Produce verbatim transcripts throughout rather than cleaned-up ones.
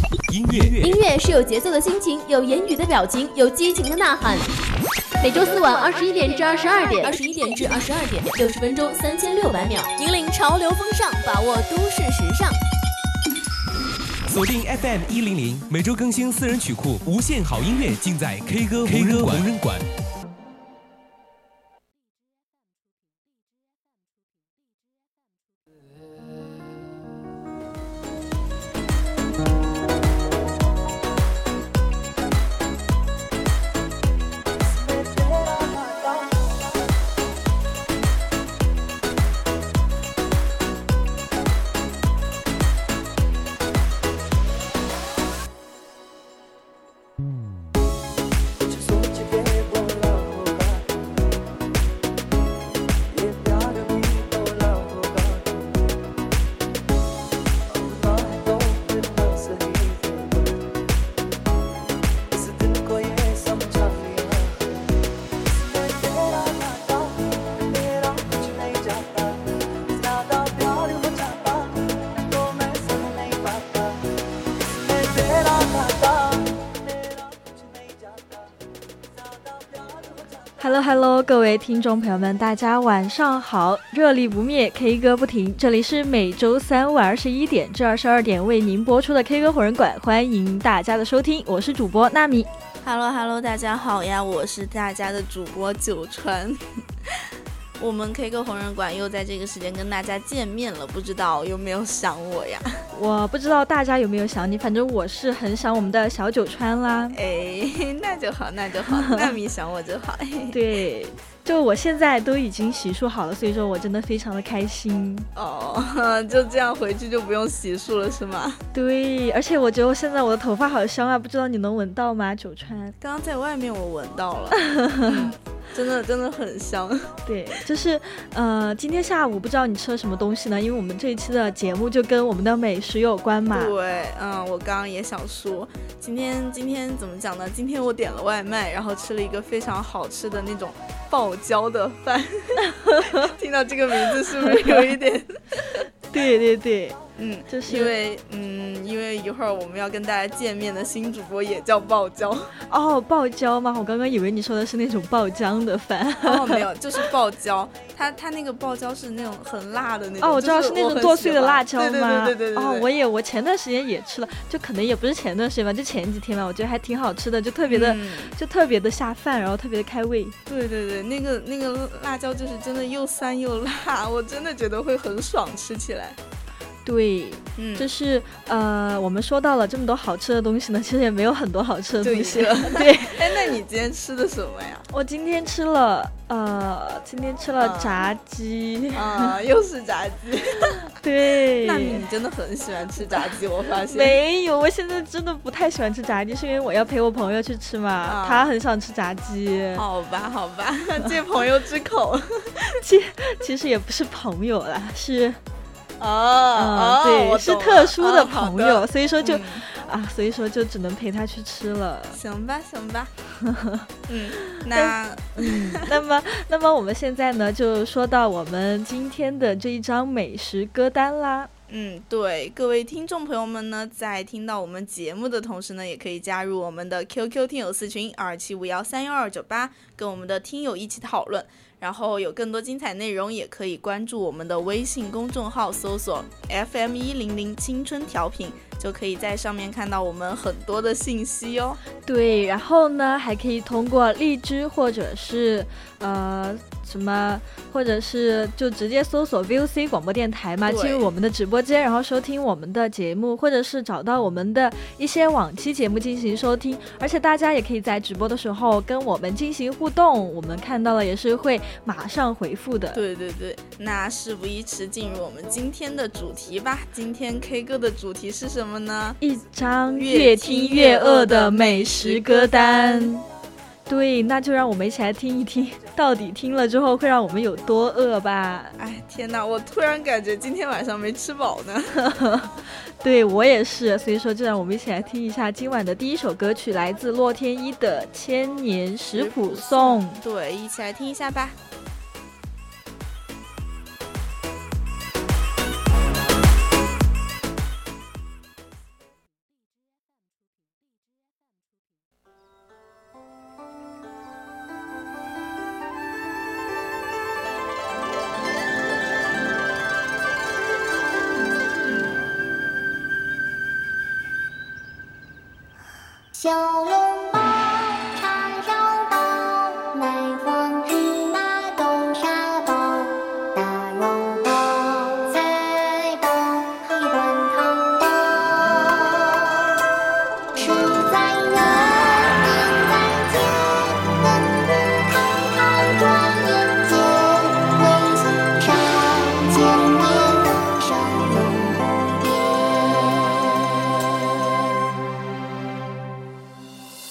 音乐， 音乐是有节奏的心情，有言语的表情，有激情的呐喊。每周四晚二十一点至二十二点，二十一点至二十二点，六十分钟，三千六百秒，引领潮流风尚，把握都市时尚。 锁定 F M 一零零，每周更新私人曲库，无限好音乐尽在 K 歌红人馆。 Hello Hello， 各位听众朋友们，大家晚上好！热力不灭 ，K 歌不停，这里是每周三晚二十一点至二十二点为您播出的 K 歌红人馆，欢迎大家的收听，我是主播纳米。 Hello Hello， 大家好呀，我是大家的主播九川。我们 K 歌红人馆又在这个时间跟大家见面了，不知道有没有想我呀？ 我不知道大家有没有想你，反正我是很想我们的小九川啦。 哎，那就好，那就好，那你想我就好。 对，就我现在都已经洗漱好了，所以说我真的非常的开心。 哦，就这样回去就不用洗漱了是吗？ 对，而且我觉得我现在我的头发好香啊，不知道你能闻到吗，九川？ 刚刚在外面我闻到了。嗯，真的真的很香。 对，就是呃，今天下午不知道你吃了什么东西呢？因为我们这一期的节目就跟我们的美食有关嘛。 对，嗯，我刚刚也想说，今天今天怎么讲呢？今天我点了外卖，然后吃了一个非常好吃的那种爆椒的饭。听到这个名字是不是有一点？ 对对对。 嗯， 就是因为嗯，因为一会儿我们要跟大家见面的新主播也叫爆椒。 哦，爆椒吗？我刚刚以为你说的是那种爆浆的饭。 哦，没有，就是爆椒。它它那个爆椒是那种很辣的那种。 哦，我知道是那种剁碎的辣椒吗？ 对对对对对对。 哦，我也我前段时间也吃了，就可能也不是前段时间吧，就前几天吧，我觉得还挺好吃的，就特别的、嗯、就特别的下饭，然后特别的开胃。 对对对，那个那个辣椒就是真的又酸又辣，我真的觉得会很爽，吃起来。 对， 嗯， 就是呃，我们说到了这么多好吃的东西呢，其实也没有很多好吃的东西。 对，哎，那你今天吃的什么呀？ 我今天吃了，呃，今天吃了炸鸡。 啊、呃，又是炸鸡。 对， 那你真的很喜欢吃炸鸡，我发现。 没有，我现在真的不太喜欢吃炸鸡，是因为我要陪我朋友去吃嘛，啊、他很想吃炸鸡。 好吧，好吧，借朋友之口。 其其实也不是朋友啦，是。 哦、 嗯，对，是特殊的朋友， 哦、 所以说就、 嗯、 啊，所以说就只能陪他去吃了。 行吧，行吧。嗯，那嗯，那么那么我们现在呢，就说到我们今天的这一张美食歌单啦。 嗯，对，各位听众朋友们呢，在听到我们节目的同时呢，也可以加入我们的 Q Q 听友私群二七五幺三幺二九八，跟我们的听友一起讨论。然后有更多精彩内容，也可以关注我们的微信公众号，搜索 F M 一零零青春调频，就可以在上面看到我们很多的信息哦。 对，然后呢，还可以通过荔枝或者是呃什么，或者是就直接搜索 V O C 广播电台嘛，进入我们的直播间，然后收听我们的节目，或者是找到我们的一些往期节目进行收听。而且大家也可以在直播的时候跟我们进行互动，我们看到了也是会马上回复的。 对对对，那事不宜迟，进入我们今天的主题吧。今天 K 歌的主题是什么呢？ 一张越听越饿的美食歌单。对，那就让我们一起来听一听，到底听了之后会让我们有多饿吧。 哎，天哪，我突然感觉今天晚上没吃饱呢。 对，我也是，所以说就让我们一起来听一下今晚的第一首歌曲，来自洛天依的《千年食谱颂》。 对，一起来听一下吧。 小笼包，叉烧包，奶黄芝麻豆沙包，大肉包，菜包，还有灌汤包。吃在人，名在天，本不堂堂转眼间。微信上见面，上永不。 变。 小笼包，叉烧包，奶黄芝麻豆沙包，大肉包，菜包，还有灌汤包。吃在人，名在天，本不堂堂转眼间。微信上见面，上永不变。 小笼包，叉烧包，奶黄芝麻豆沙包，大肉包，菜包，还有灌汤包。吃在人，名在天，本不堂堂转眼间。微信上见面，上永不变。 小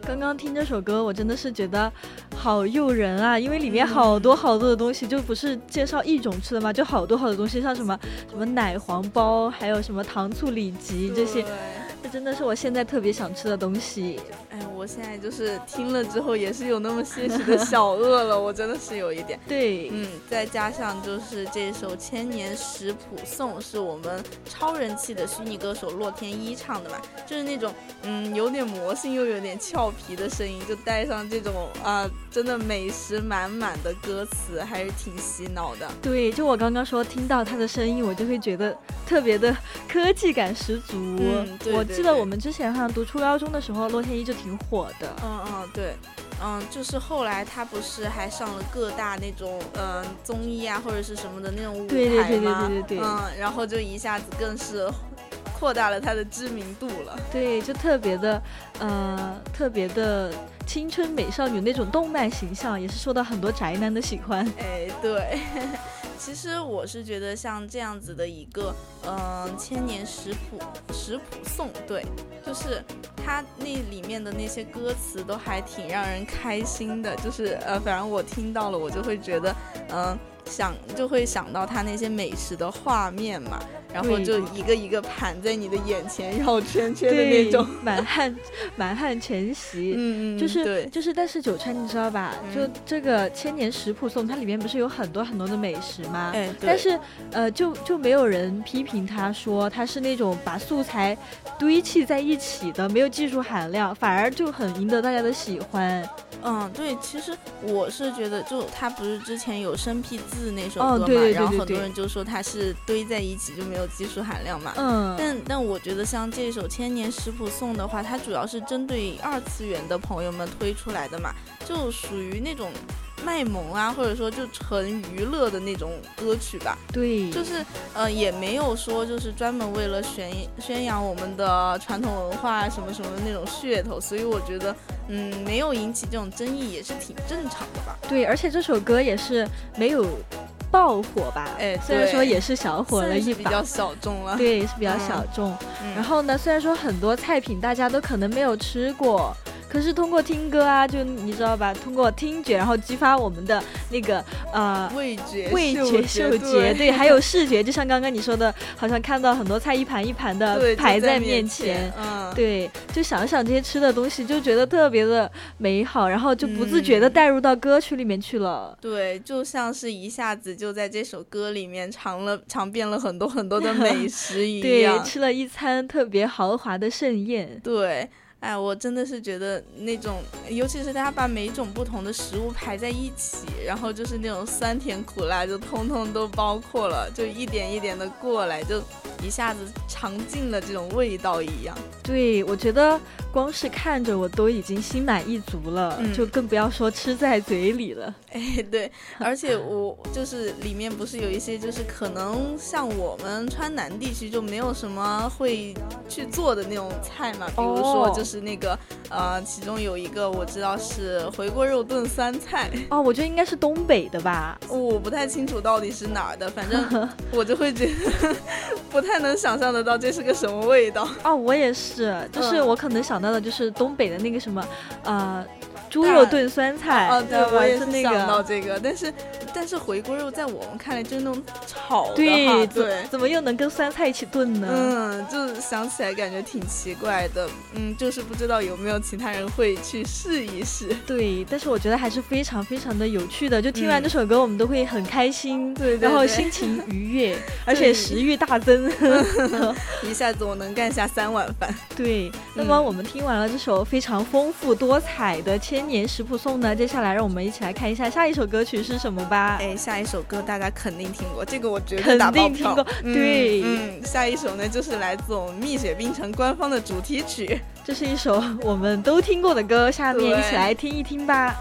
刚刚听这首歌，我真的是觉得好诱人啊，因为里面好多好多的东西，就不是介绍一种吃的嘛，就好多好多东西，像什么什么奶黄包，还有什么糖醋里脊这些，这真的是我现在特别想吃的东西。 哎，我现在就是听了之后也是有那么些许的小饿了，我真的是有一点。 对， 嗯，再加上就是这首《千年食谱颂》是我们超人气的虚拟歌手洛天依唱的嘛，就是那种嗯有点魔性又有点俏皮的声音，就带上这种啊、呃、真的美食满满的歌词，还是挺洗脑的。 对，就我刚刚说听到他的声音，我就会觉得特别的科技感十足。 嗯，对对对， 我记得我们之前好像读初高中的时候，洛天依就挺火的。 嗯嗯，对。嗯，就是后来他不是还上了各大那种嗯、呃、综艺啊或者是什么的那种舞台吗？ 对对对对对对对。 嗯，然后就一下子更是扩大了他的知名度了。 对，就特别的呃特别的青春美少女那种动漫形象，也是受到很多宅男的喜欢。 哎，对。其实我是觉得像这样子的一个嗯、呃、千年食谱食谱颂，对，就是它那里面的那些歌词都还挺让人开心的，就是呃反正我听到了我就会觉得嗯、呃、想就会想到它那些美食的画面嘛，然后就一个一个盘在你的眼前绕圈圈的那种， 满汉满汉全席。 嗯嗯， 就是对， 就是但是九川你知道吧、嗯、就这个千年食谱颂它里面不是有很多很多的美食吗？ 哎， 但是呃就就没有人批评他说他是那种把素材堆砌在一起的，没有技术含量，反而就很赢得大家的喜欢。 嗯，对，其实我是觉得，就他不是之前有生僻字那首歌嘛、 哦、对对对对对， 然后很多人就说他是堆在一起就没有技术含量嘛。 嗯， 但但我觉得像这首《千年食谱颂》的话，它主要是针对二次元的朋友们推出来的嘛，就属于那种卖萌啊，或者说就纯娱乐的那种歌曲吧。 对， 就是呃也没有说就是专门为了宣宣扬我们的传统文化什么什么那种噱头，所以我觉得嗯没有引起这种争议也是挺正常的吧。 对，而且这首歌也是没有爆火吧， 哎， 虽然说也是小火了一把， 比较小众了。 对，是比较小众、嗯、然后呢虽然说很多菜品大家都可能没有吃过，可是通过听歌啊，就你知道吧，通过听觉然后激发我们的那个呃味觉味觉嗅觉， 对, 对还有视觉，就像刚刚你说的，好像看到很多菜一盘一盘的排在面前， 嗯， 对，就想想这些吃的东西就觉得特别的美好，然后就不自觉的带入到歌曲里面去了、 嗯、对，就像是一下子就在这首歌里面尝了尝遍了很多很多的美食一样对，吃了一餐特别豪华的盛宴。 对，哎，我真的是觉得那种，尤其是他把每种不同的食物排在一起，然后就是那种酸甜苦辣就通通都包括了，就一点一点的过来，就一下子尝尽了这种味道一样。 对，我觉得光是看着我都已经心满意足了、嗯、就更不要说吃在嘴里了。 哎，对，而且我就是里面不是有一些就是可能像我们川南地区就没有什么会去做的那种菜嘛，比如说就是那个、哦、呃，其中有一个我知道是回锅肉炖酸菜。 哦，我觉得应该是东北的吧， 我不太清楚到底是哪儿的，反正我就会觉得不太能想象得到这是个什么味道。 哦，我也是，就是我可能想到的就是东北的那个什么呃猪肉炖酸菜。 啊，对，我也是想到这个，但是但是回锅肉在我们看来就是那种炒的， 对对， 怎么又能跟酸菜一起炖呢？ 嗯，就想起来感觉挺奇怪的，嗯，就是不知道有没有其他人会去试一试。 对，但是我觉得还是非常非常的有趣的，就听完这首歌我们都会很开心， 对、嗯， 然后心情愉悦，而且食欲大增， 一下子我能干下三碗饭。 对，那么我们听完了这首非常丰富多彩的千年食谱颂呢，接下来让我们一起来看一下下一首歌曲是什么吧。 哎，下一首歌大家肯定听过，这个我绝对打包票， 肯定听过、 嗯、 对， 嗯，下一首呢就是来自我们蜜雪冰城官方的主题曲， 这是一首我们都听过的歌，下面一起来听一听吧。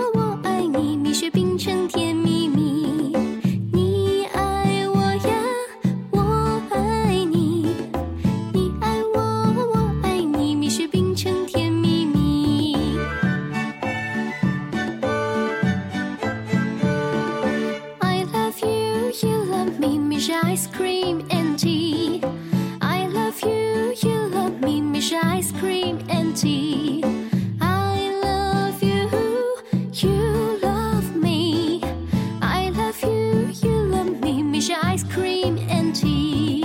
你爱我呀， share ice cream and tea. I love you, you love me, we share ice cream and tea. I love you, you love me. I love you, you love me, we share ice cream and tea.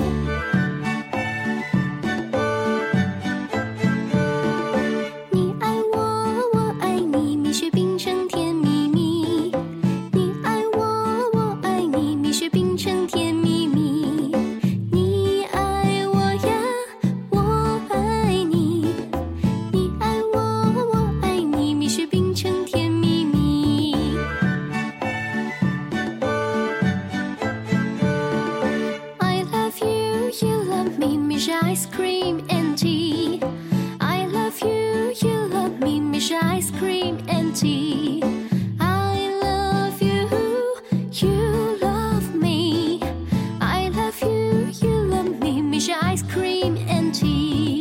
你爱我，我爱你，蜜雪冰城甜蜜蜜。你爱我，我爱你，蜜雪冰城甜蜜蜜。你爱我呀，我爱你。你爱我，我爱你，蜜雪冰城甜蜜蜜。I love you, you love me, we share ice cream and tea. I love you, you love me, we share ice cream and tea. I love you, you love me. I love you, you love me, we share ice cream and tea.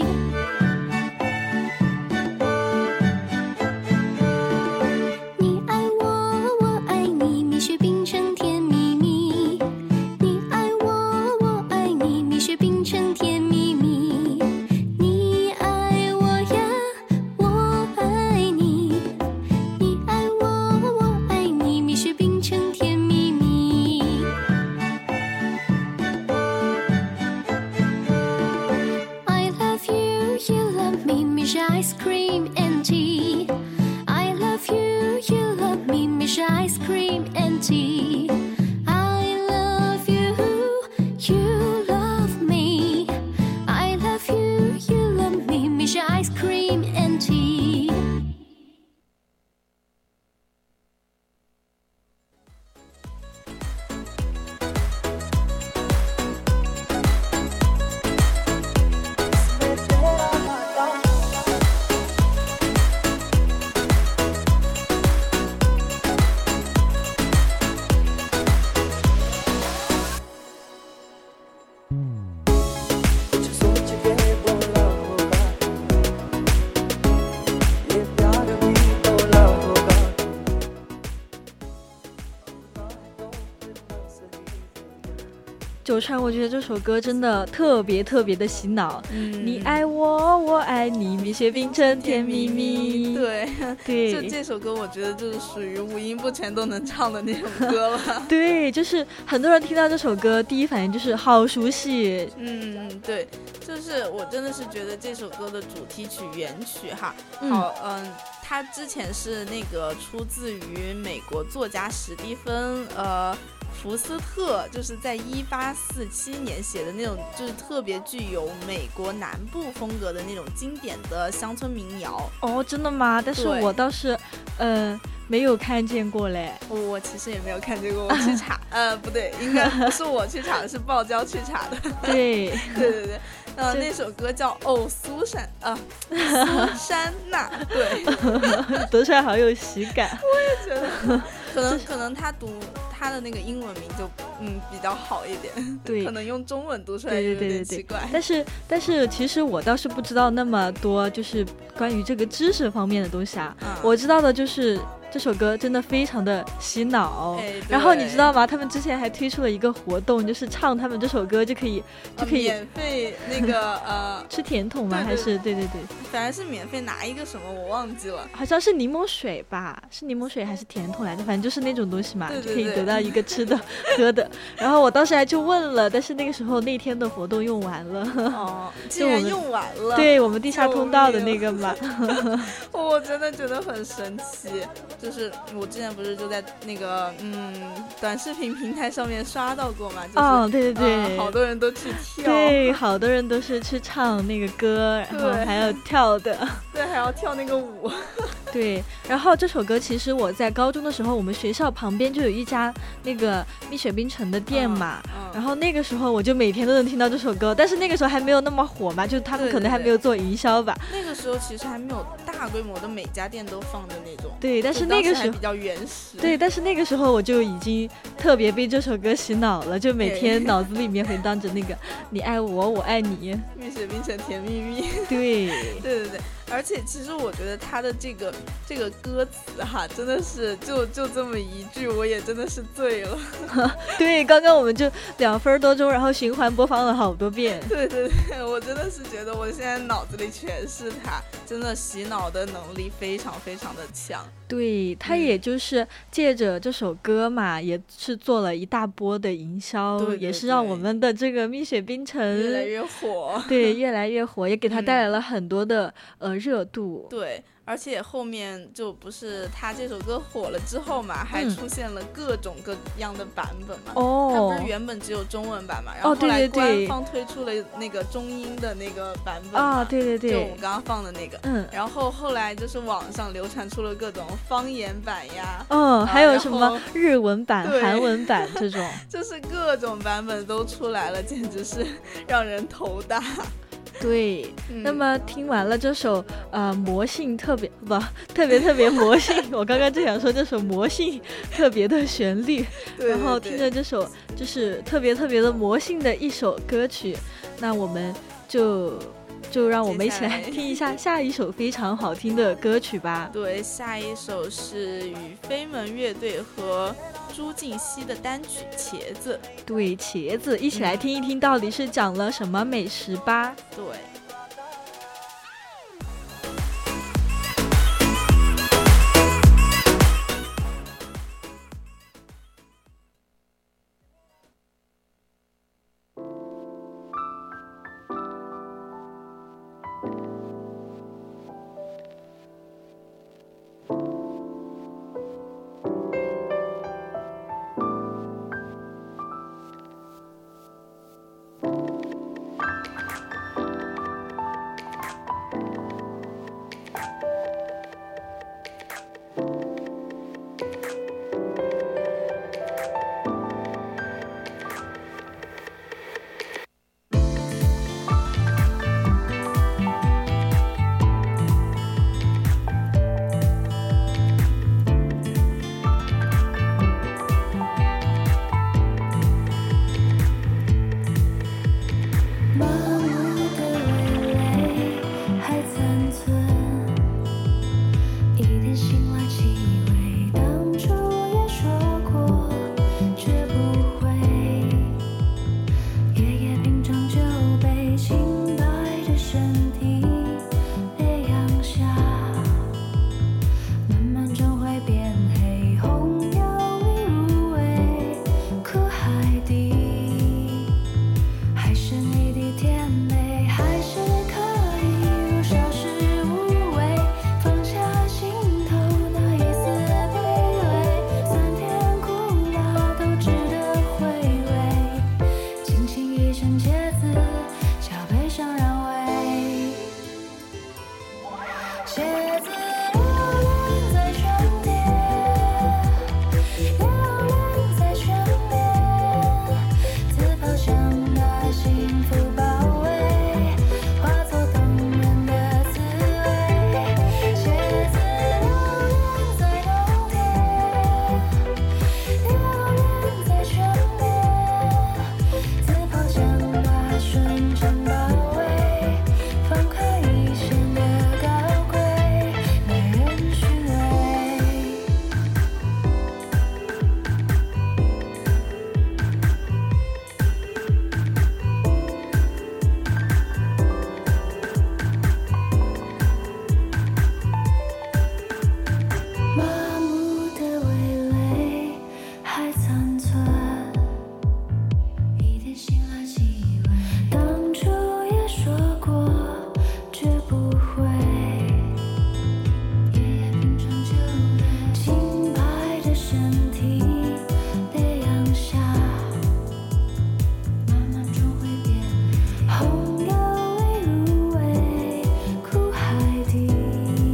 你爱我，我爱你，蜜雪冰城甜蜜蜜。你爱我，我爱你，蜜雪冰城甜蜜蜜。你爱我呀，我爱你。你爱我，我爱你，蜜雪冰城甜蜜蜜。I love you, you love me, we share ice cream and tea. I love you, you love me, we share ice cream and tea. I love you, you love me. I love you, you love me, we share ice cream and tea. 九川，我觉得这首歌真的特别特别的洗脑。 嗯你爱我，我爱你，蜜雪冰城甜蜜蜜。 对对， 就这首歌我觉得就是属于五音不全都能唱的那种歌了。 对，就是很多人听到这首歌，第一反应就是好熟悉。 嗯，对，就是我真的是觉得这首歌的主题曲原曲哈， 嗯好，嗯，它之前是那个出自于美国作家史蒂芬呃福斯特，就是在一八四七年写的那种，就是特别具有美国南部风格的那种经典的乡村民谣。 哦，真的吗？但是对我倒是，呃，没有看见过嘞。 我我其实也没有看见过，我去查，呃，不对，应该不是我去查的，是爆椒去查的。 对， 对对对，呃， 这那首歌叫《哦，苏珊》啊，苏珊娜，对， 德帅好有喜感。 觉得可能可能他读他的那个英文名就嗯比较好一点， 对可能用中文读出来对有对对对对点奇怪。 但是但是其实我倒是不知道那么多，就是关于这个知识方面的东西啊。 嗯我知道的就是这首歌真的非常的洗脑。 哎然后你对知道吗？他们之前还推出了一个活动，就是唱他们这首歌就可以就呃可以免费那个呃， 吃甜筒吗？ 对对还是对对对， 反正是免费拿一个什么我忘记了。 好像是柠檬水吧？是柠檬水还是甜筒来着？反正就是那种东西嘛， 对对就可以对得到一个吃的喝的。然后我当时还去问了，但是那个时候那天的活动用完了。 哦，竟然就我们用完了。 对我们地下通道的那个嘛。 我真的觉得很神奇，就是我之前不是就在那个嗯短视频平台上面刷到过嘛，就是、 哦，对对对， 呃好多人都去跳， 对，好多人都是去唱那个歌，然后对还有跳的。 对，还要跳那个舞。 对，然后这首歌其实我在高中的时候，我们学校旁边就有一家那个蜜雪冰城的店嘛， 嗯嗯然后那个时候我就每天都能听到这首歌，但是那个时候还没有那么火嘛，就他们对对可能还没有做营销吧。 那个时候其实还没有大规模的每家店都放的那种， 对，但就是那个时候当时还比。较原始。 对，但是那个时候我就已经特别被这首歌洗脑了，就每天脑子里面回荡着那个“你爱我，我爱你蜜雪冰城甜蜜蜜。”。 对， 对对对，而且其实我觉得他的这个这个歌词哈，真的是就就这么一句，我也真的是醉了。 对，刚刚我们就聊两分多钟，然后循环播放了好多遍。 对对对，我真的是觉得我现在脑子里全是他，真的洗脑的能力非常非常的强。 对，他也就是借着这首歌嘛，嗯、也是做了一大波的营销， 对对对， 也是让我们的这个蜜雪冰城越来越火。 对，越来越火，也给他带来了很多的、嗯、呃热度。 对。而且后面就不是他这首歌火了之后嘛，还出现了各种各样的版本嘛。哦、嗯，它不是原本只有中文版嘛，然后后来官方推出了那个中英的那个版本嘛。 啊、哦，对对对， 就我们刚刚放的那个。嗯。然后后来就是网上流传出了各种方言版呀， 嗯、哦，还有什么日文版、韩文版这种， 就是各种版本都出来了，简直是让人头大。 对、嗯，那么听完了这首呃魔性特别不特别特别魔性，我刚刚就想说这首魔性特别的旋律， 对对对， 然后听着这首就是特别特别的魔性的一首歌曲，那我们就就让我们一起来听一下下一首非常好听的歌曲吧。 对，下一首是与飞门乐队和朱婧汐的单曲《茄子》。 对，茄子，一起来听一听到底是讲了什么美食吧。 对。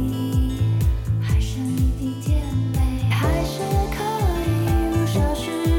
还是可以如小时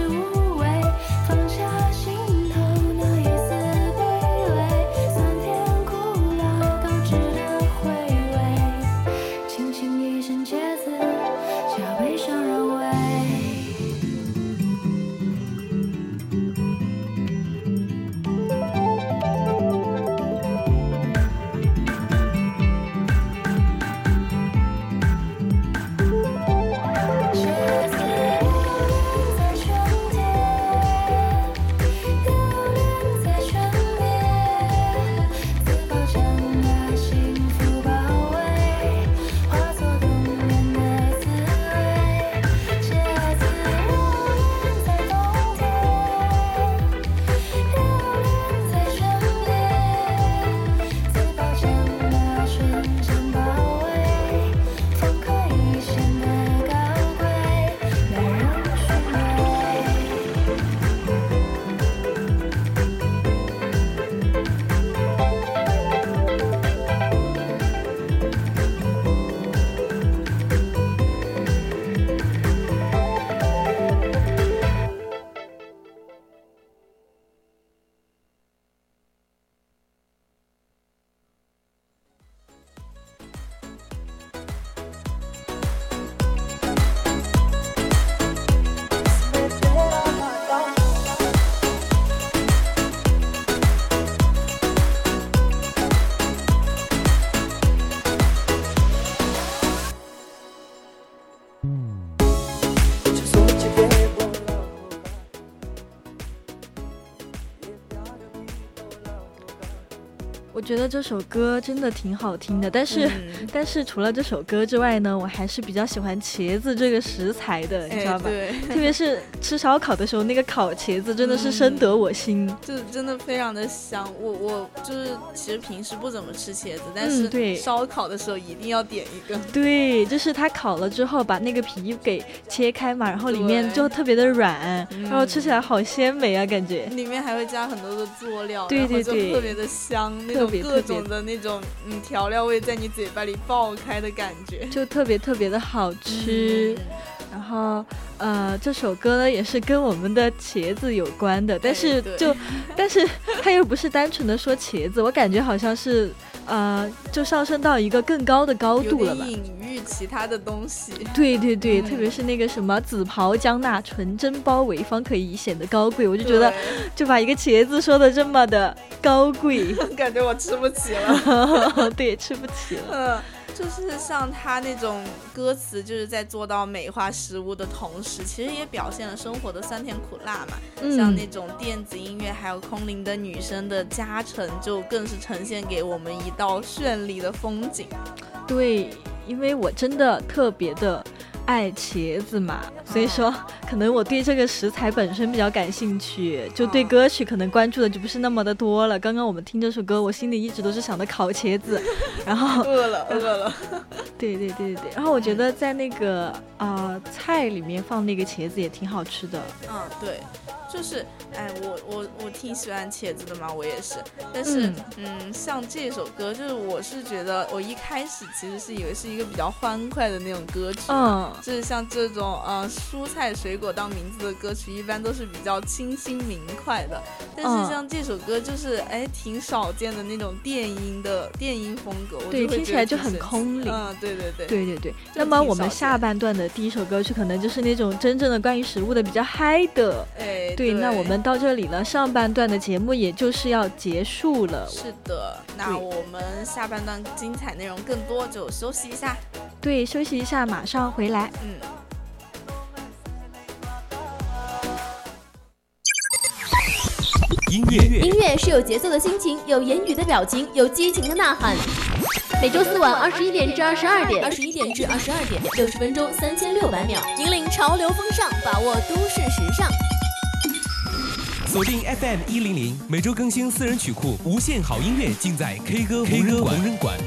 我觉得这首歌真的挺好听的，但是、嗯、但是除了这首歌之外呢，我还是比较喜欢茄子这个食材的，你知道吧？ 对， 特别是吃烧烤的时候，那个烤茄子真的是深得我心， 嗯、就是真的非常的香。我我就是其实平时不怎么吃茄子，但是对烧烤的时候一定要点一个。 对，就是它烤了之后把那个皮给切开嘛，然后里面就特别的软，然后吃起来好鲜美啊，感觉。 里面还会加很多的佐料， 对对对， 然后就特别的香，那种各种的那种嗯调料味在你嘴巴里爆开的感觉， 就特别特别的好吃。嗯、然后呃，这首歌呢也是跟我们的茄子有关的，但是就但是它又不是单纯的说茄子，我感觉好像是呃就上升到一个更高的高度了吧， 有点隐喻其他的东西。 对对对、嗯、特别是那个什么紫袍江纳纯真包围方可以显得高贵，我就觉得就把一个茄子说的这么的高贵感觉我吃不起了对，吃不起了。 嗯，就是像他那种歌词，就是在做到美化食物的同时，其实也表现了生活的酸甜苦辣嘛、嗯、像那种电子音乐还有空灵的女声的加成，就更是呈现给我们一道绚丽的风景。 对，因为我真的特别的爱茄子嘛，所以说可能我对这个食材本身比较感兴趣，就对歌曲可能关注的就不是那么的多了。刚刚我们听这首歌，我心里一直都是想的烤茄子，然后饿了饿了对对对对，然后我觉得在那个呃菜里面放那个茄子也挺好吃的。 嗯，对，就是哎，我我我挺喜欢茄子的嘛，我也是。但是 嗯, 嗯，像这首歌，就是我是觉得我一开始其实是以为是一个比较欢快的那种歌曲，嗯，就是像这种呃蔬菜水果当名字的歌曲，一般都是比较清新明快的。但是像这首歌，就是哎挺少见的那种电音的电音风格，我就会觉得对，听起来就很空灵。 嗯，对对对对对对。那么我们下半段的第一首歌曲，可能就是那种真正的关于食物的比较嗨的。 哎， 对，那我们到这里了，上半段的节目也就是要结束了。 是的，那我们下半段精彩内容更多，就休息一下。 对，休息一下，马上回来。 嗯。 音乐， 音乐是有节奏的心情，有言语的表情，有激情的呐喊。每周四晚二十一点至二十二点，二十一点至二十二点，六十分钟，三千六百秒，引领潮流风尚，把握都市时尚。 锁定 F M 一零零，每周更新私人曲库，无限好音乐尽在 K 歌 K 歌无人馆。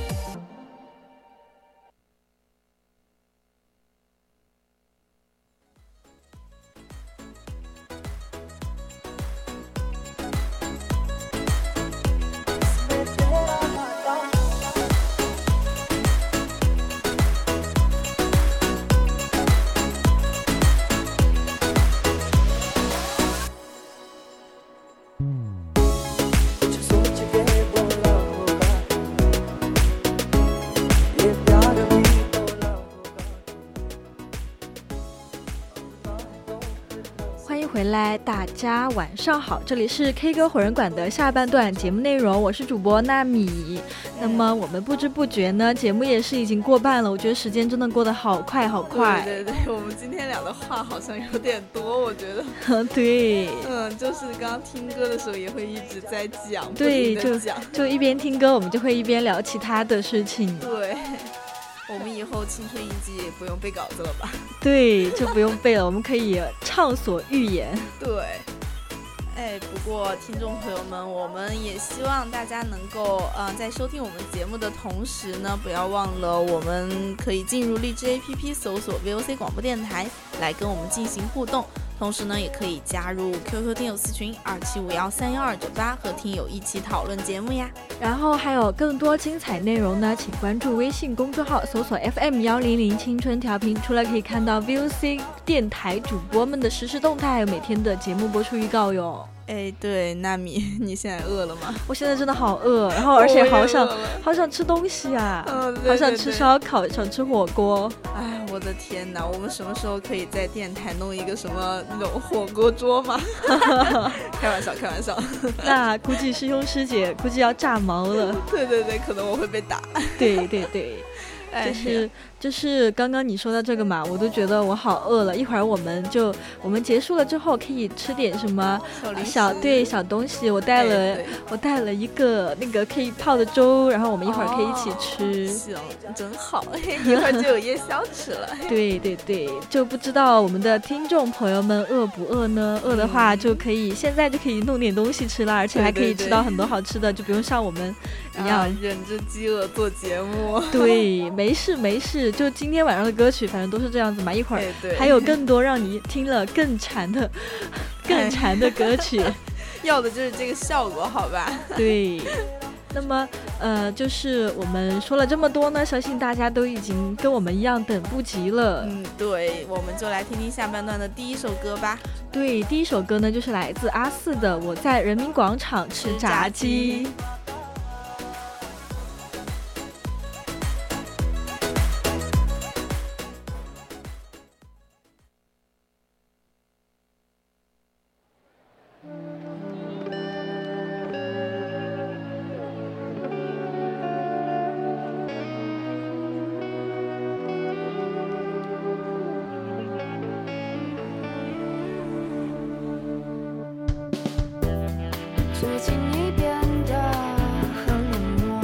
回来，大家晚上好，这里是 K 歌火人馆的下半段节目内容，我是主播娜米。那么我们不知不觉呢，节目也是已经过半了，我觉得时间真的过得好快好快。 对对对，我们今天聊的话好像有点多，我觉得。 对， 嗯，就是刚刚听歌的时候也会一直在讲， 对， 不停地讲， 就就一边听歌，我们就会一边聊其他的事情。 对。我们以后青春印记也不用背稿子了吧？ 对，就不用背了，我们可以畅所欲言。 对，哎，不过听众朋友们，我们也希望大家能够，呃，在收听我们节目的同时呢，不要忘了我们可以进入荔枝 A P P 搜索 V O C 广播电台来跟我们进行互动。同时呢，也可以加入 Q Q 听友私群二七五幺三幺二九八和听友一起讨论节目呀。 然后还有更多精彩内容呢，请关注微信公众号，搜索 F M 一零零青春调频。除了可以看到 V O C 电台主播们的实时动态，还有每天的节目播出预告哟。 哎，对，娜米，你现在饿了吗？ 我现在真的好饿，然后而且好想好想吃东西啊， 嗯、对对对， 好想吃烧烤，想吃火锅。 哎，我的天哪！我们什么时候可以在电台弄一个什么那种火锅桌吗？开玩笑，开玩笑。 那估计师兄师姐估计要炸毛了。 对对对，可能我会被打。 对对对。 就是就是刚刚你说到这个嘛，我都觉得我好饿了。一会儿我们就我们结束了之后可以吃点什么小对小东西。我带了、哎、我带了一个那个可以泡的粥，然后我们一会儿可以一起吃。 行、哦，真好，一会儿就有夜宵吃了。 对对对，就不知道我们的听众朋友们饿不饿呢？饿的话就可以、嗯、现在就可以弄点东西吃了，而且还可以吃到很多好吃的，对对对，就不用像我们一样、啊、 忍着饥饿做节目。 对，没事没事，就今天晚上的歌曲反正都是这样子嘛，一会儿还有更多让你听了更馋的更馋的歌曲。 要的就是这个效果，好吧？ 对。那么呃就是我们说了这么多呢，相信大家都已经跟我们一样等不及了。 嗯，对，我们就来听听下半段的第一首歌吧。 对，第一首歌呢就是来自阿四的《我在人民广场吃炸鸡》。 最近你变得很冷漠，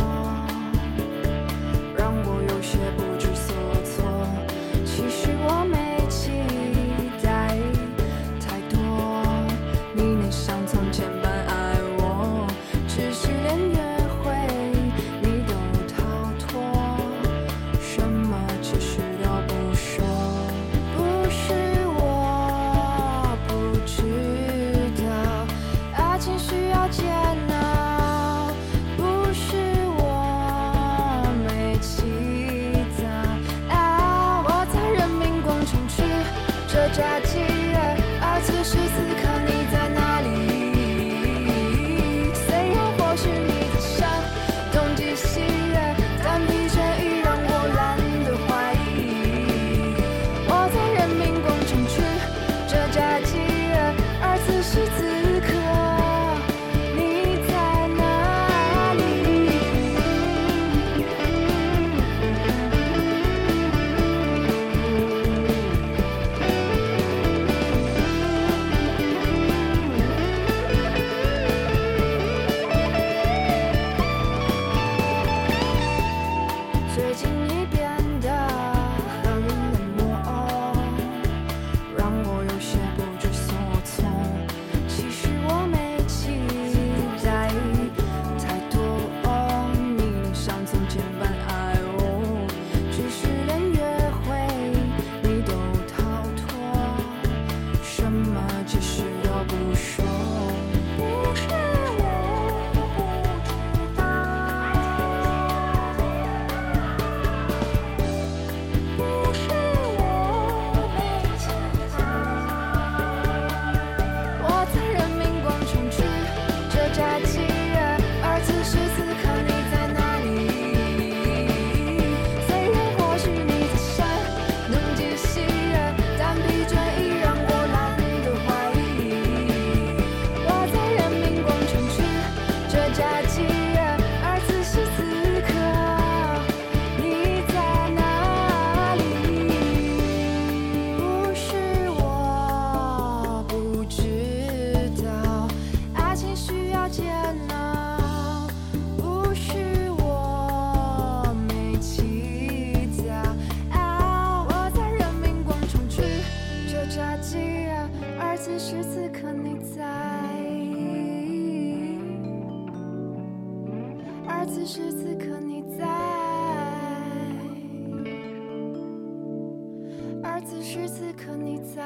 让我有些不知所措。其实我没期待太多，你能像从前般爱我，只是连约会你都逃脱，什么解释都不说。不是我不知道爱情需要煎熬，不是我没起早、啊、我在人民广场吃着炸鸡，而此时此刻你在哪里？虽然或许你在声东击西，但疲倦已让我懒得怀疑。我在人民广场吃着炸鸡，而此时此刻最近你变得很冷漠，让我有些不知所措。其实我没期待太多，你能像从前般爱我，只是连约会你都逃脱，什么解释都不说。不是我不知道，不是我没起早。我在人民广场吃着炸鸡，而此时此刻你在哪里？虽然或许你在声东击西，但疲倦已让我懒得怀疑。我在人民广场吃着炸鸡，而此时此刻你在哪里？不是我不知道爱情需要煎熬，不是我没起早、啊、我在人民广场吃着炸鸡，而此时此刻你在，而此时此刻你在，而此时此刻你在。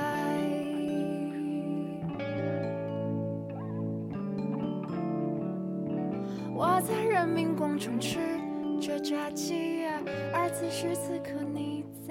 我在人民广场吃着炸鸡，而此时此刻你在。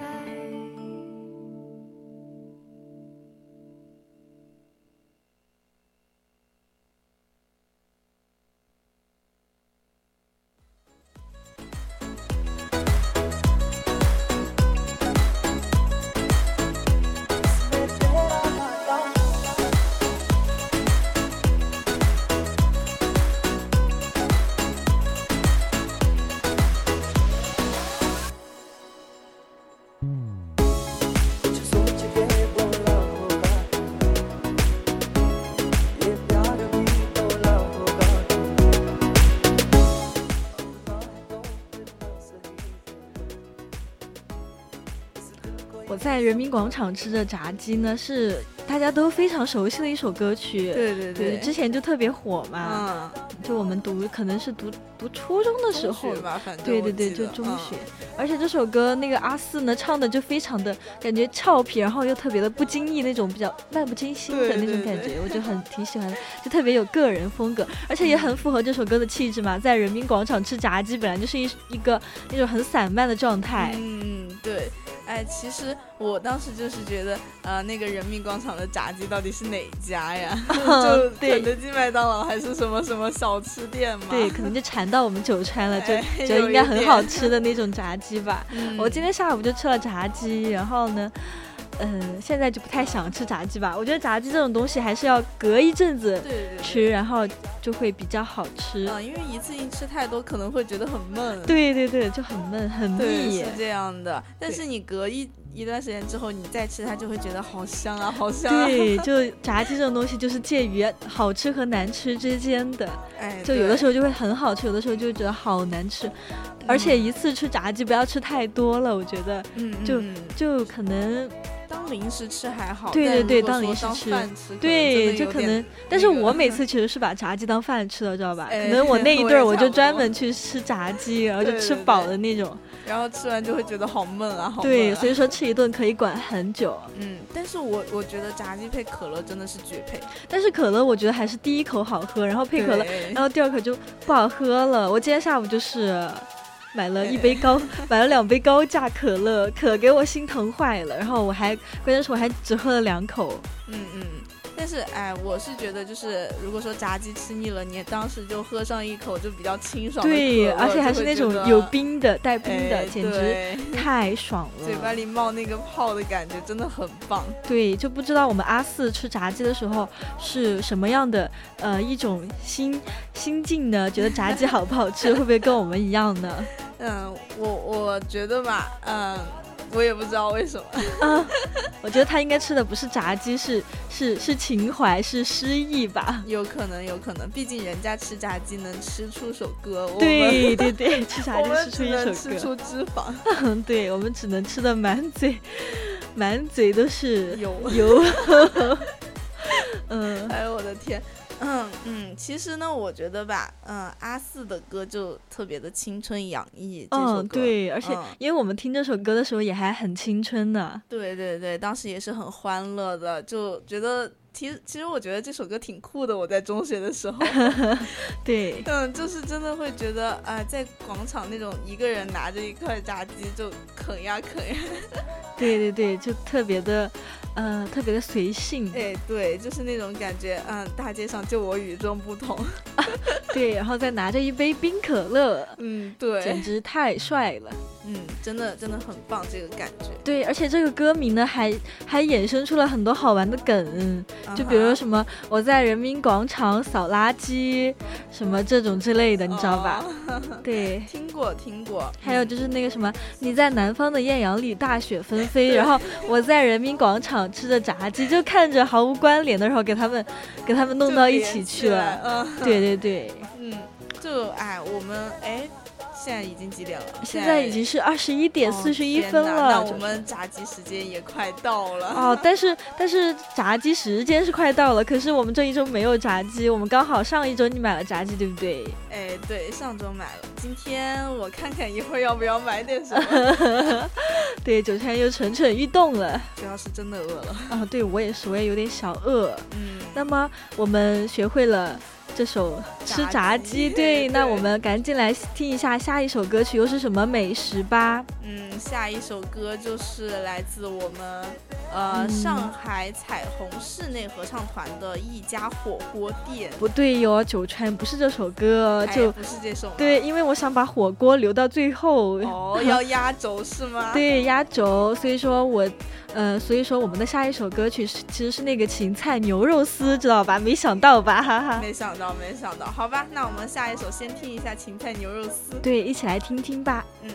在人民广场吃的炸鸡呢，是大家都非常熟悉的一首歌曲。 对对对，之前就特别火嘛。嗯，就我们读可能是读读初中的时候吧，反正对对对，就中学。嗯、而且这首歌那个阿四呢唱的就非常的感觉俏皮，然后又特别的不经意那种比较漫不经心的那种感觉， 对对对我就很挺喜欢的，就特别有个人风格，而且也很符合这首歌的气质嘛。在人民广场吃炸鸡本来就是一一个那种很散漫的状态。 嗯，对。哎，其实我当时就是觉得，呃，那个人民广场的炸鸡到底是哪家呀？就肯德基、麦当劳还是什么什么小吃店嘛？ 对，可能就馋到我们九川了，就、 哎、 就应该很好吃的那种炸鸡吧。 嗯、 我今天下午就吃了炸鸡，然后呢，嗯、呃，现在就不太想吃炸鸡吧。我觉得炸鸡这种东西还是要隔一阵子吃， 对对对， 然后就会比较好吃。 嗯，因为一次性吃太多可能会觉得很闷。 对对对，就很闷很腻。 是这样的，但是你隔一一段时间之后，你再吃它就会觉得好香啊，好香、啊。 对，就炸鸡这种东西就是介于好吃和难吃之间的。 哎， 就有的时候就会很好吃，有的时候就会觉得好难吃。而且一次吃炸鸡不要吃太多了，我觉得， 嗯， 就嗯就可能。 当零食吃还好， 对对对， 当零食吃，吃对，就可能。但是我每次其实是把炸鸡当饭吃的，知道吧？可能我那一顿我就专门去吃炸鸡，然后就吃饱的那种。 然后吃完就会觉得好闷啊，好闷啊。 对，所以说吃一顿可以管很久。 嗯，但是我我觉得炸鸡配可乐真的是绝配。 但是可乐我觉得还是第一口好喝，然后配可乐，然后第二口就不好喝了。我今天下午就是。买了一杯高，买了两杯高价可乐，可给我心疼坏了。然后我还，关键是我还只喝了两口。 嗯嗯，但是哎，我是觉得就是如果说炸鸡吃腻了，你当时就喝上一口就比较清爽的可乐。 对，而且还是那种有冰的、带冰的， 哎、 简直太爽了。 嘴巴里冒那个泡的感觉真的很棒。 对，就不知道我们阿四吃炸鸡的时候是什么样的呃一种心心境呢？觉得炸鸡好不好吃？会不会跟我们一样呢？ 嗯，我我觉得吧，嗯，我也不知道为什么。 啊，我觉得他应该吃的不是炸鸡，是是是情怀，是诗意吧？ 有可能，有可能，毕竟人家吃炸鸡能吃出首歌。 对对对，吃炸鸡吃出一首歌， 吃出脂肪。 对，我们只能吃的满嘴满嘴都是油油。嗯， 哎呦我的天。嗯嗯，其实呢，我觉得吧，嗯，阿四的歌就特别的青春洋溢。这首歌， 嗯，对，而且嗯因为我们听这首歌的时候也还很青春呢。 对对对，当时也是很欢乐的，就觉得其实其实我觉得这首歌挺酷的。我在中学的时候， 对， 嗯，就是真的会觉得啊、呃，在广场那种一个人拿着一块炸鸡就啃呀啃呀。 对对对，就特别的。呃，特别的随性， 哎，对，就是那种感觉，嗯，大街上就我与众不同， 啊、对，然后再拿着一杯冰可乐， 嗯，对， 简直太帅了， 嗯，真的真的很棒，这个感觉。 对，而且这个歌名呢，还还衍生出了很多好玩的梗，就比如说什么我在人民广场扫垃圾，什么这种之类的，你知道吧？ 哦、 对， 听过听过。 还有就是那个什么，你在南方的艳阳里大雪纷飞，然后我在人民广场吃着炸鸡，就看着毫无关联的，然后给他们给他们弄到一起去了。 嗯， 对对对， 嗯，就哎，我们哎。现在已经几点了？ 现在已经是二十一点四十一分了。 哦、那我们炸鸡时间也快到了哦。但是但是炸鸡时间是快到了，可是我们这一周没有炸鸡。我们刚好上一周你买了炸鸡，对不对？ 哎，对，上周买了。今天我看看一会儿要不要买点什么。 对，九川又蠢蠢欲动了。 主要是真的饿了。 啊、哦，对我也是，我也有点小饿。 嗯。 那么我们学会了。这首吃炸鸡，对，那我们赶紧来听一下下一首歌曲又是什么美食吧。 嗯，下一首歌就是来自我们呃、嗯、上海彩虹室内合唱团的一家火锅店。 不对哟，九川不是这首歌，就、 哎、不是这首。 对，因为我想把火锅留到最后。 哦，要压轴是吗？ 对，压轴，所以说我。呃，所以说我们的下一首歌曲是其实是那个芹菜牛肉丝，知道吧？没想到吧，哈哈。 没想到，没想到。好吧，那我们下一首先听一下芹菜牛肉丝。 对，一起来听听吧。 嗯。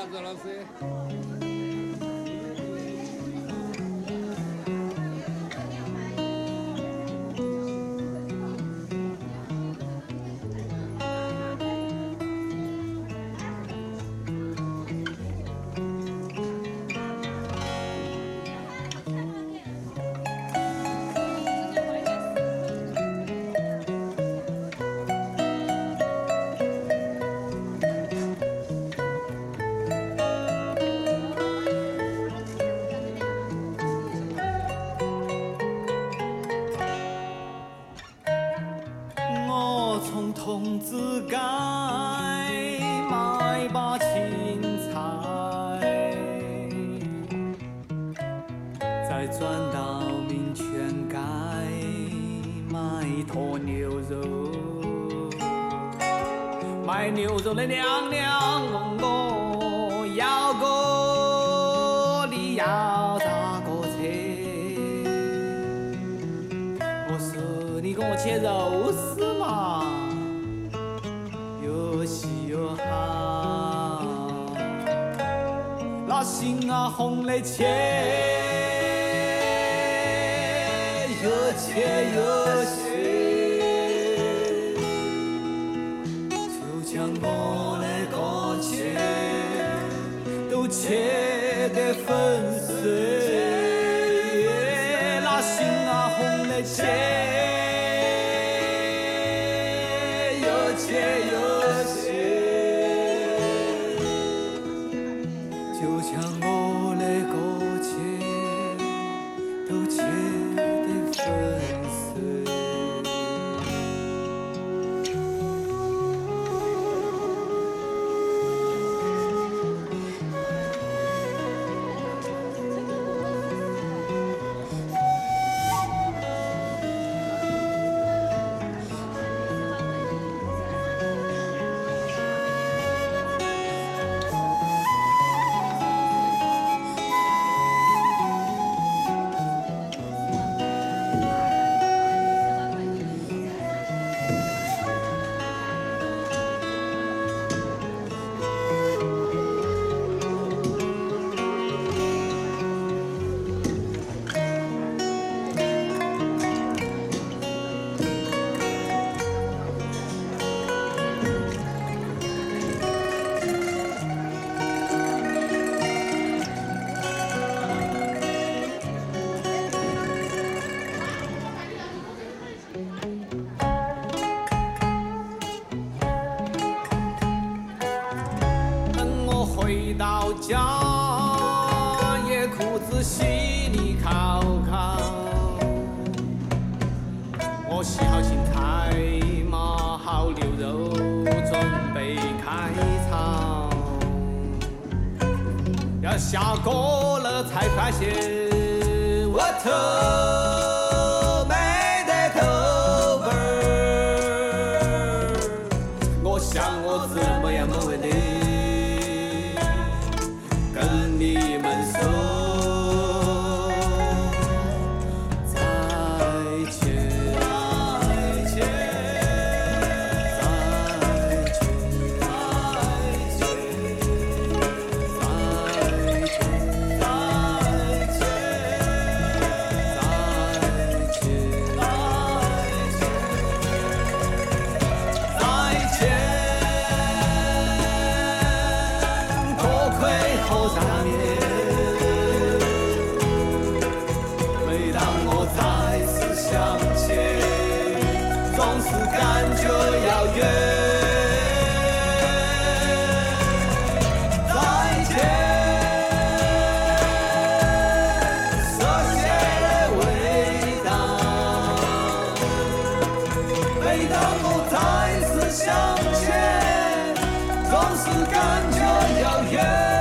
啥子，老师？ 童子街买把青菜，再转到民权街买坨牛肉。卖牛肉的娘娘问我要个你要咋个车？我说你给我切肉丝嘛。又细又好，那心啊红的切，又切又细，就将我的个切都切得粉碎，那心啊红的切，又切又。回到家，野裤子洗你烤烤，我洗好青菜，码好牛肉，准备开炒。要下锅了才发现，我头没得头发儿，我想我怎么样没问题。跟你们说再见，再见，再见，再见，再见，再见，多亏后三年。每当我再次想起，总是感觉遥远。再见，熟悉的味道。每当我再次想起，总是感觉遥远。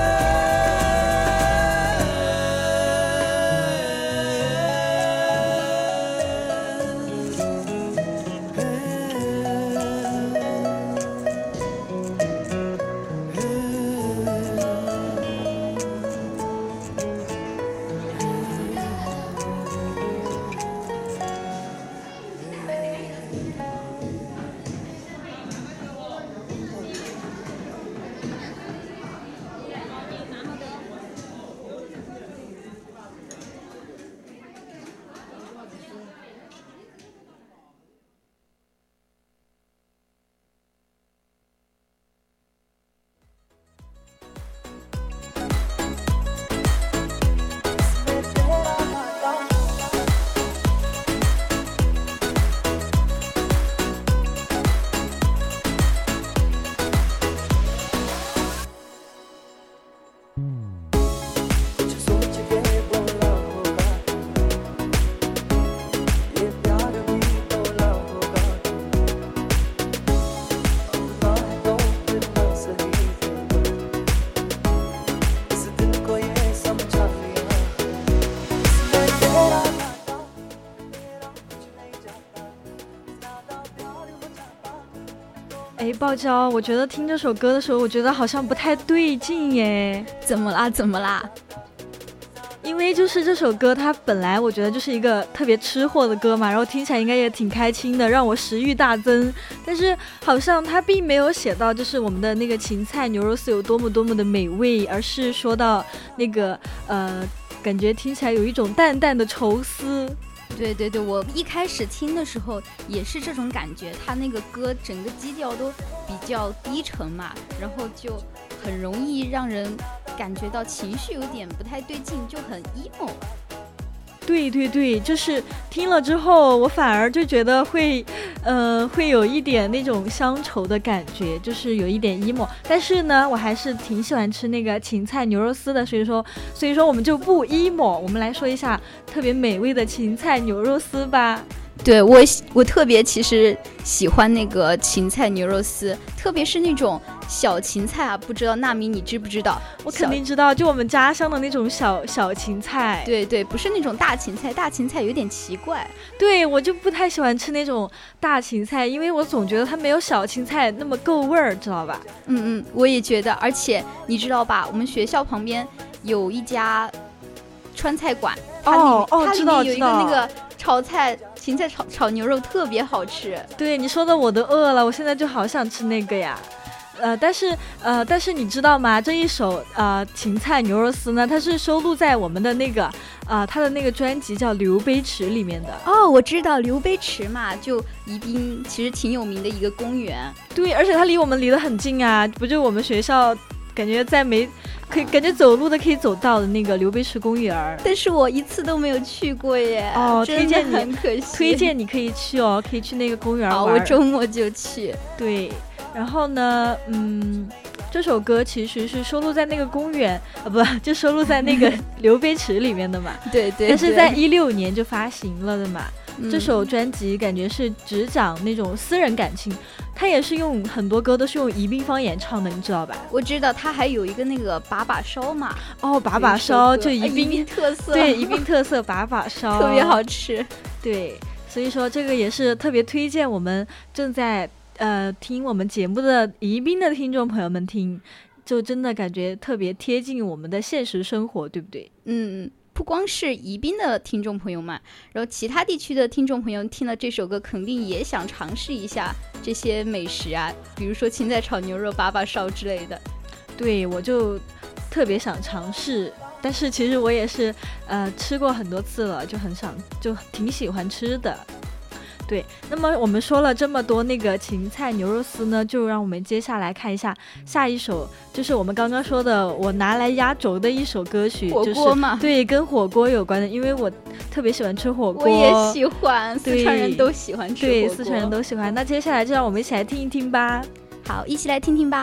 爆椒，我觉得听这首歌的时候，我觉得好像不太对劲耶。 怎么啦？怎么啦？ 因为就是这首歌，它本来我觉得就是一个特别吃货的歌嘛，然后听起来应该也挺开心的，让我食欲大增。但是好像它并没有写到就是我们的那个芹菜牛肉丝有多么多么的美味，而是说到那个呃，感觉听起来有一种淡淡的愁思。 对对对，我一开始听的时候也是这种感觉，他那个歌整个基调都比较低沉嘛，然后就很容易让人感觉到情绪有点不太对劲，就很 emo。 对对对，就是听了之后，我反而就觉得会，呃，会有一点那种乡愁的感觉，就是有一点 emo。但是呢，我还是挺喜欢吃那个芹菜牛肉丝的，所以说，所以说我们就不 emo，我们来说一下特别美味的芹菜牛肉丝吧。 对，我我特别其实喜欢那个芹菜牛肉丝，特别是那种小芹菜啊，不知道纳米你知不知道？ 我肯定知道，就我们家乡的那种小小芹菜。 对对，不是那种大芹菜，大芹菜有点奇怪。 对，我就不太喜欢吃那种大芹菜，因为我总觉得它没有小芹菜那么够味儿，知道吧？ 嗯嗯，我也觉得，而且你知道吧，我们学校旁边有一家川菜馆，它里、 哦哦、 它里面有一个那个炒菜芹菜炒炒牛肉特别好吃。 对，你说的我都饿了，我现在就好想吃那个呀。呃，但是呃，但是你知道吗？这一首呃芹菜牛肉丝呢，它是收录在我们的那个啊、呃，它的那个专辑叫《刘碑池》里面的。 哦，我知道刘碑池嘛，就宜宾其实挺有名的一个公园。 对，而且它离我们离得很近啊，不就我们学校感觉在没可以感觉走路都可以走到的那个刘碑池公园。 但是我一次都没有去过耶。 哦，推荐你， 很可惜。 推荐你可以去哦，可以去那个公园玩。 好，我周末就去。 对。然后呢，嗯，这首歌其实是收录在那个公园啊，不，就收录在那个刘碑池里面的嘛。 对, 对对。 但是在一六年就发行了的嘛。 嗯、 这首专辑感觉是只讲那种私人感情，它也是用很多歌都是用宜宾方言唱的，你知道吧？ 我知道，它还有一个那个把把烧嘛。 哦，把把烧就宜宾、 宜宾特色。 对，宜宾特色把把烧， 特别好吃。 对，所以说这个也是特别推荐我们正在。呃，听我们节目的宜宾的听众朋友们听，就真的感觉特别贴近我们的现实生活，对不对？ 嗯，不光是宜宾的听众朋友们，然后其他地区的听众朋友听了这首歌，肯定也想尝试一下这些美食啊，比如说芹菜炒牛肉、把把烧之类的。 对，我就特别想尝试，但是其实我也是呃吃过很多次了，就很想，就挺喜欢吃的。对，那么我们说了这么多那个芹菜牛肉丝呢，就让我们接下来看一下下一首，就是我们刚刚说的我拿来压轴的一首歌曲， 火锅嘛， 就是、对，跟火锅有关的，因为我特别喜欢吃火锅， 我也喜欢，四川人都喜欢吃火锅， 对，四川人都喜欢。那接下来就让我们一起来听一听吧。 好，一起来听听吧。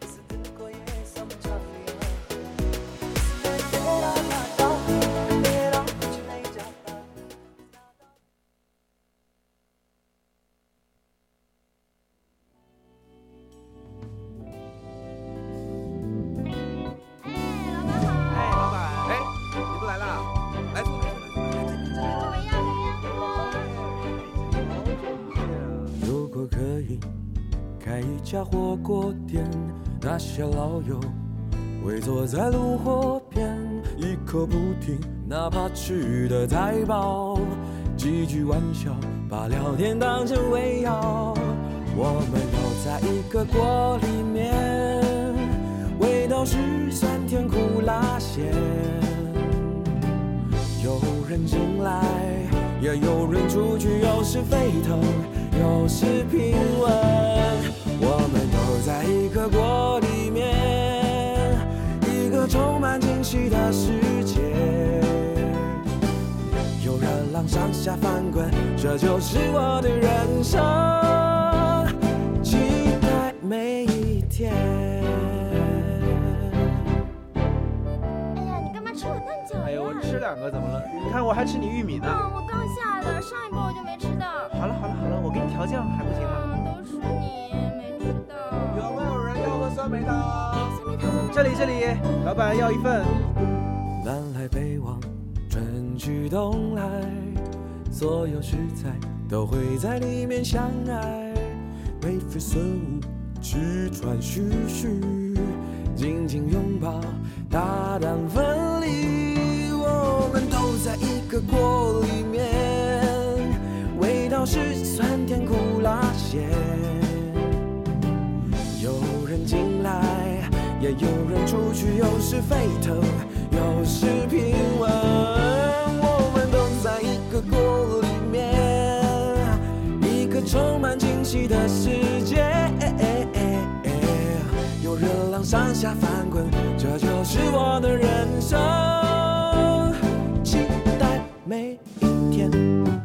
家火锅店，那些老友围坐在炉火边，一口不停，哪怕吃得再饱，几句玩笑，把聊天当成胃药。我们都在一个锅里面，味道是酸甜苦辣咸。有人进来，也有人出去，有时沸腾，有时平稳。我们都在一个锅里面，一个充满惊喜的世界。有热浪上下翻滚，这就是我的人生，期待每一天。 哎呀，你干嘛吃我蛋饺呀？ 哎呦，我吃两个怎么了？你看我还吃你玉米呢。 嗯，我刚下的，上一包我就没吃到。 好了好了好了，我给你调酱还不行吗？ 嗯，都是你没吃到。 有没有人要喝酸梅汤？ 酸梅汤，酸梅汤。 这里这里，老板要一份。 南来北往，春去冬来，所有食材都会在里面相爱。眉飞色舞， 气喘吁吁，紧紧拥抱，大胆分离。我们都在一个锅里面，味道是酸甜苦辣咸。有人进来，也有人出去，有时沸腾，有时平稳。我们都在一个锅里面，一个充满惊喜的世界。有热浪上下翻滚，这就是我的人生。期待每一天。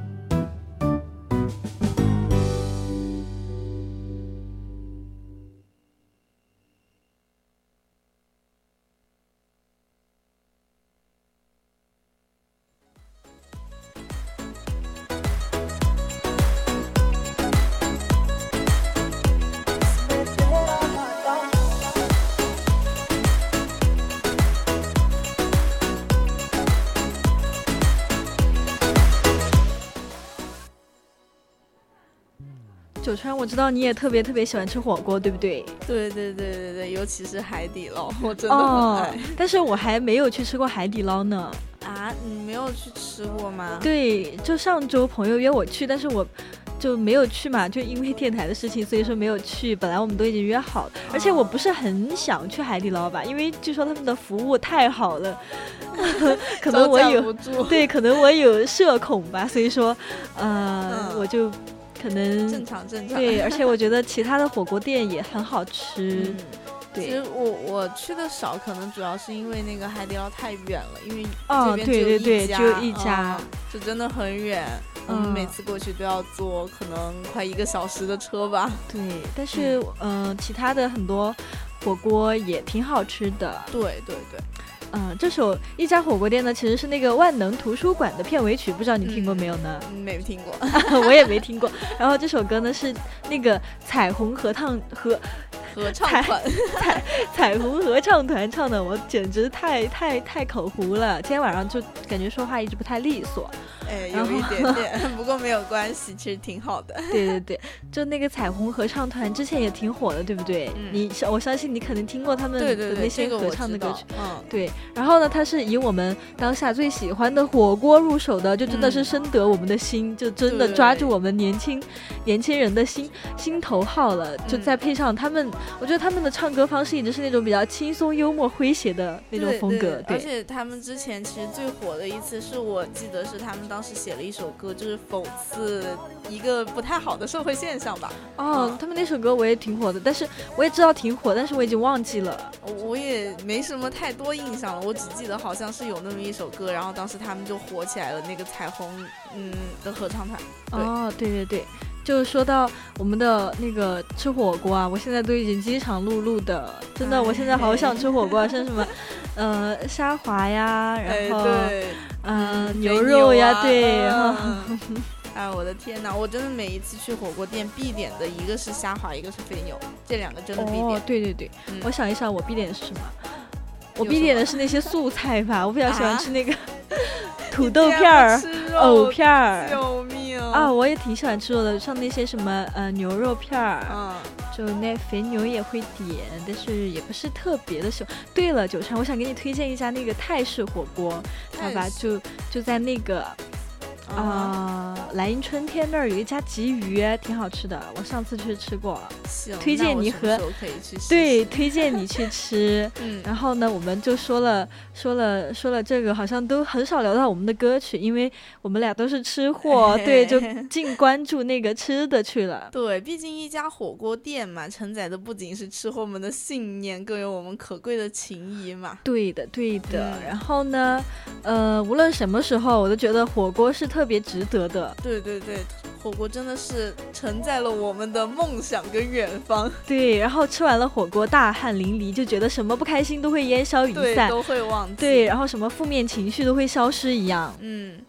九川，我知道你也特别特别喜欢吃火锅，对不对？ 对对对对对，尤其是海底捞，我真的很爱。 哦，但是我还没有去吃过海底捞呢。 啊，你没有去吃过吗？ 对，就上周朋友约我去，但是我就没有去嘛，就因为电台的事情，所以说没有去。本来我们都已经约好了，而且我不是很想去海底捞吧，因为据说他们的服务太好了，可能我有对，可能我有社恐吧，所以说，呃，嗯、我就。可能正常正常对，而且我觉得其他的火锅店也很好吃。嗯、对， 其实我我去的少，可能主要是因为那个海底捞太远了，因为哦， 这边只有一家， 对对对，只有一家， 嗯、就真的很远。我们每次过去都要坐可能快一个小时的车吧。 对，但是嗯、呃，其他的很多火锅也挺好吃的。 对对对。 嗯，这首一家火锅店呢，其实是那个万能图书馆的片尾曲，不知道你听过没有呢？ 嗯、没听过， 我也没听过。然后这首歌呢是那个彩虹合唱合合唱团彩彩虹合唱团唱的，我简直太太太口糊了。今天晚上就感觉说话一直不太利索。 哎，有一点点，不过没有关系，其实挺好的。 对对对，就那个彩虹合唱团之前也挺火的，对不对？嗯、你我相信你肯定听过他们的那些合唱的歌曲。 对对对，嗯， 对。然后呢，他是以我们当下最喜欢的火锅入手的，就真的是深得我们的心，嗯、就真的抓住我们年轻年轻人的心心头好了。就再配上他们，嗯、我觉得他们的唱歌方式一直是那种比较轻松、幽默、诙谐的那种风格。 对， 对， 对， 而且他们之前其实最火的一次，是我记得是他们当时写了一首歌，就是讽刺一个不太好的社会现象吧。 哦，嗯、他们那首歌我也挺火的，但是我也知道挺火，但是我已经忘记了。 我也没什么太多印象了，我只记得好像是有那么一首歌，然后当时他们就火起来了，那个彩虹嗯的合唱团。 哦，对对对。就说到我们的那个吃火锅啊，我现在都已经饥肠辘辘的，真的，我现在好想吃火锅，像什么，呃，沙滑呀，然后，嗯、呃，牛肉呀，对，然后， 哎，我的天哪，我真的每一次去火锅店必点的一个是虾滑，一个是肥牛，这两个真的必点。 哦，对对对，嗯、我想一想，我必点的是什么？我必点的是那些素菜吧，我比较喜欢吃那个。啊土豆片儿、藕片儿， 救命啊！我也挺喜欢吃肉的，像那些什么呃牛肉片儿， 嗯， 就那肥牛也会点，但是也不是特别的喜欢。对了，九川，我想给你推荐一家那个泰式火锅，好吧，就就在那个啊、呃、莱茵春天那儿有一家鲫鱼，挺好吃的，我上次去吃过，推荐你和对推荐你去吃。嗯，然后呢，我们就说了说了说了这个，好像都很少聊到我们的歌曲，因为我们俩都是吃货，对，就尽关注那个吃的去了。 对，毕竟一家火锅店嘛，承载的不仅是吃货们的信念，更有我们可贵的情谊嘛。 对的，对的。嗯、然后呢，呃，无论什么时候，我都觉得火锅是特别值得的。 对对对，火锅真的是承载了我们的梦想跟远方。 对，然后吃完了火锅，大汗淋漓，就觉得什么不开心都会烟消云散， 对，都会忘记。 对，然后什么负面情绪都会消失一样。 嗯。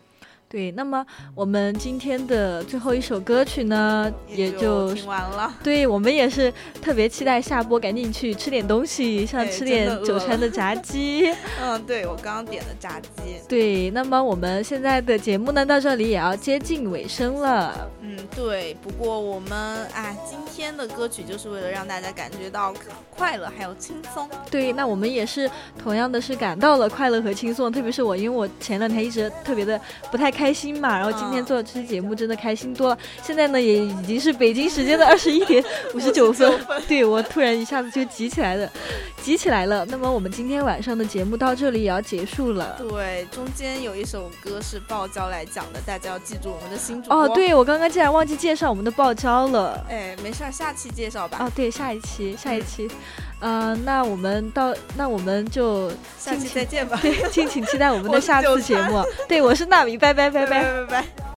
对，那么我们今天的最后一首歌曲呢，也就听完了。 对，我们也是特别期待下播，赶紧去吃点东西，像吃点九川的炸鸡。 嗯，对，我刚刚点的炸鸡。 对，那么我们现在的节目呢，到这里也要接近尾声了。 嗯，对，不过我们哎，今天的歌曲就是为了让大家感觉到快乐还有轻松。 对，那我们也是同样的是感到了快乐和轻松，特别是我，因为我前两天一直特别的不太开心嘛，然后今天做这期节目真的开心多了。嗯、现在呢，也已经是北京时间的二十一点五十九分，对，我突然一下子就急起来了，急起来了。那么我们今天晚上的节目到这里也要结束了。 对，中间有一首歌是爆椒来讲的，大家要记住我们的新主播。 哦，对，我刚刚竟然忘记介绍我们的爆椒了。 哎，没事，下期介绍吧。 哦，对，下一期，下一期。嗯、呃，那我们到，那我们就下期再见吧。 对，敬请期待我们的下次节目。对，我是纳米，拜拜拜拜拜拜拜。